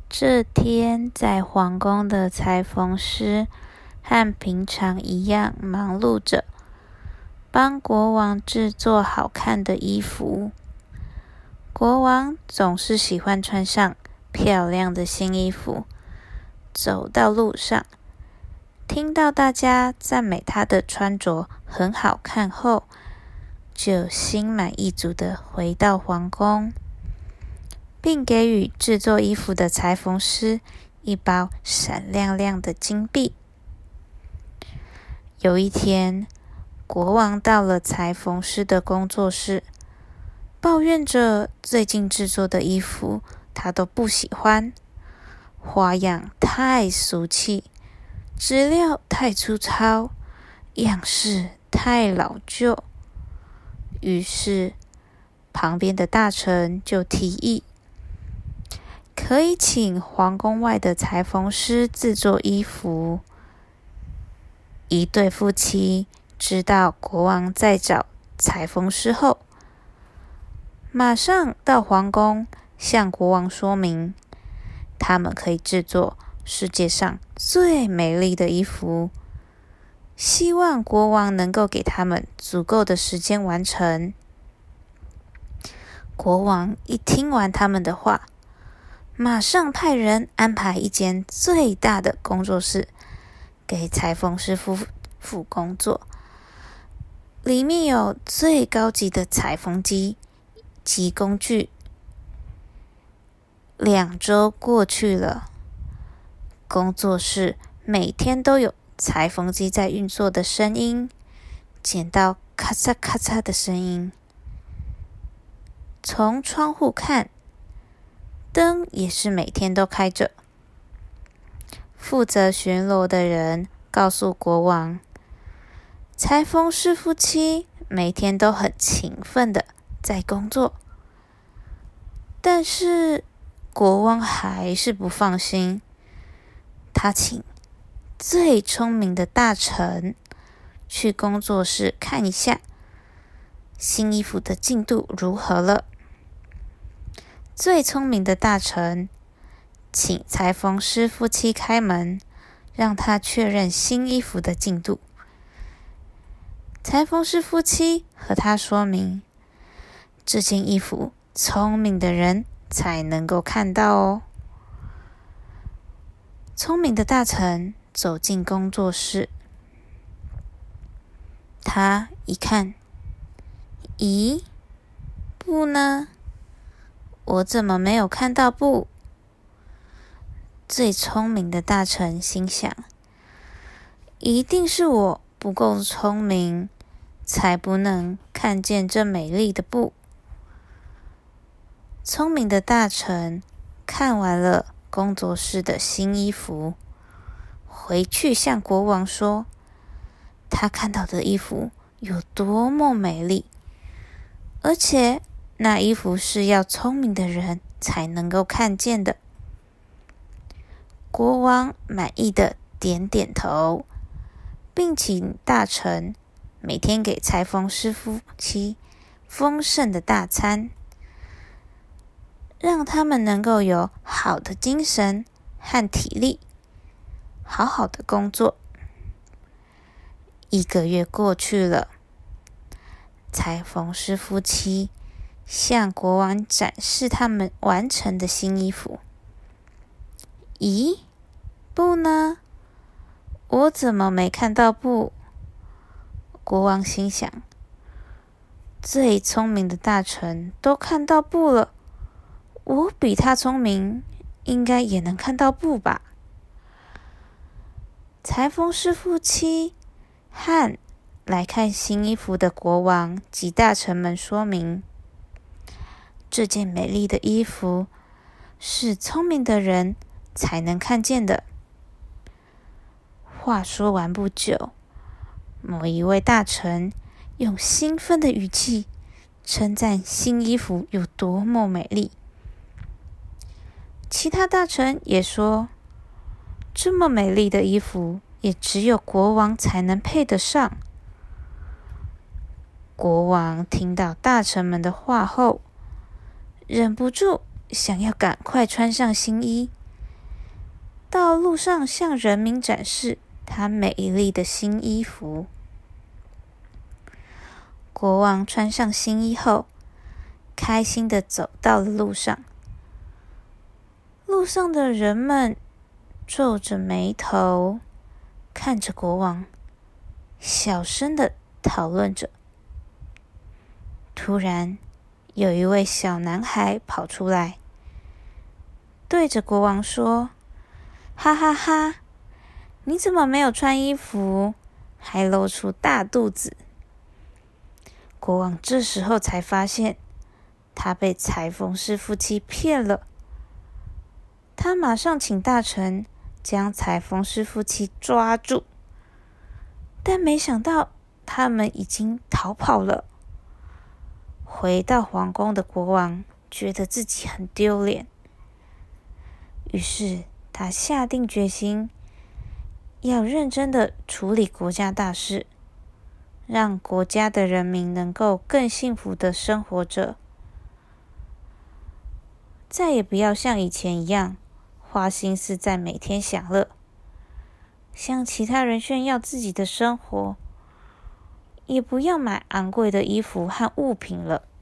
这天，在皇宫的裁缝师和平常一样忙碌着，帮国王制作好看的衣服。国王总是喜欢穿上漂亮的新衣服，走到路上，听到大家赞美他的穿着很好看后，就心满意足地回到皇宫，并给予制作衣服的裁缝师一包闪亮亮的金币。有一天，国王到了裁缝师的工作室，抱怨着最近制作的衣服他都不喜欢，花样太俗气，质料太粗糙，样式太老旧。于是，旁边的大臣就提议，可以请皇宫外的裁缝师制作衣服。一对夫妻知道国王在找裁缝师后，马上到皇宫向国王说明，他们可以制作世界上最美丽的衣服，希望国王能够给他们足够的时间完成。国王一听完他们的话，马上派人安排一间最大的工作室给裁缝师夫妇工作，里面有最高级的裁缝机及工具。2周过去了，工作室每天都有裁缝机在运作的声音，剪刀咔嚓咔嚓的声音。从窗户看，灯也是每天都开着。负责巡逻的人告诉国王，裁缝师夫妻每天都很勤奋的在工作。但是国王还是不放心，他请最聪明的大臣去工作室看一下新衣服的进度如何了。最聪明的大臣请裁缝师夫妻开门，让他确认新衣服的进度。裁缝师夫妻和他说明，这件衣服聪明的人才能够看到哦。聪明的大臣走进工作室，他一看，咦，布呢？我怎么没有看到布？最聪明的大臣心想，一定是我不够聪明，才不能看见这美丽的布。聪明的大臣看完了工作室的新衣服，回去向国王说，他看到的衣服有多么美丽，而且那衣服是要聪明的人才能够看见的。国王满意的点点头，并请大臣每天给裁缝师夫妻丰盛的大餐，让他们能够有好的精神和体力，好好的工作。1个月过去了，裁缝师夫妻向国王展示他们完成的新衣服。咦，布呢？我怎么没看到布？国王心想，最聪明的大臣都看到布了，我比他聪明，应该也能看到布吧。裁缝师夫妻和来看新衣服的国王及大臣们说明，这件美丽的衣服是聪明的人才能看见的。话说完不久，某一位大臣用兴奋的语气称赞新衣服有多么美丽。其他大臣也说，这么美丽的衣服也只有国王才能配得上。国王听到大臣们的话后，忍不住想要赶快穿上新衣， 到路上向人民展示他美丽的新衣服。国王穿上新衣后，开心地走到了路上。路上的人们皱着眉头，看着国王，小声地讨论着。突然，有一位小男孩跑出来，对着国王说：“哈哈哈，你怎么没有穿衣服，还露出大肚子？”国王这时候才发现，他被裁缝师夫妻骗了。他马上请大臣将裁缝师夫妻抓住，但没想到他们已经逃跑了。回到皇宫的国王觉得自己很丢脸，于是他下定决心要认真的处理国家大事，让国家的人民能够更幸福的生活着，再也不要像以前一样花心思在每天享乐，向其他人炫耀自己的生活，也不要买昂贵的衣服和物品了。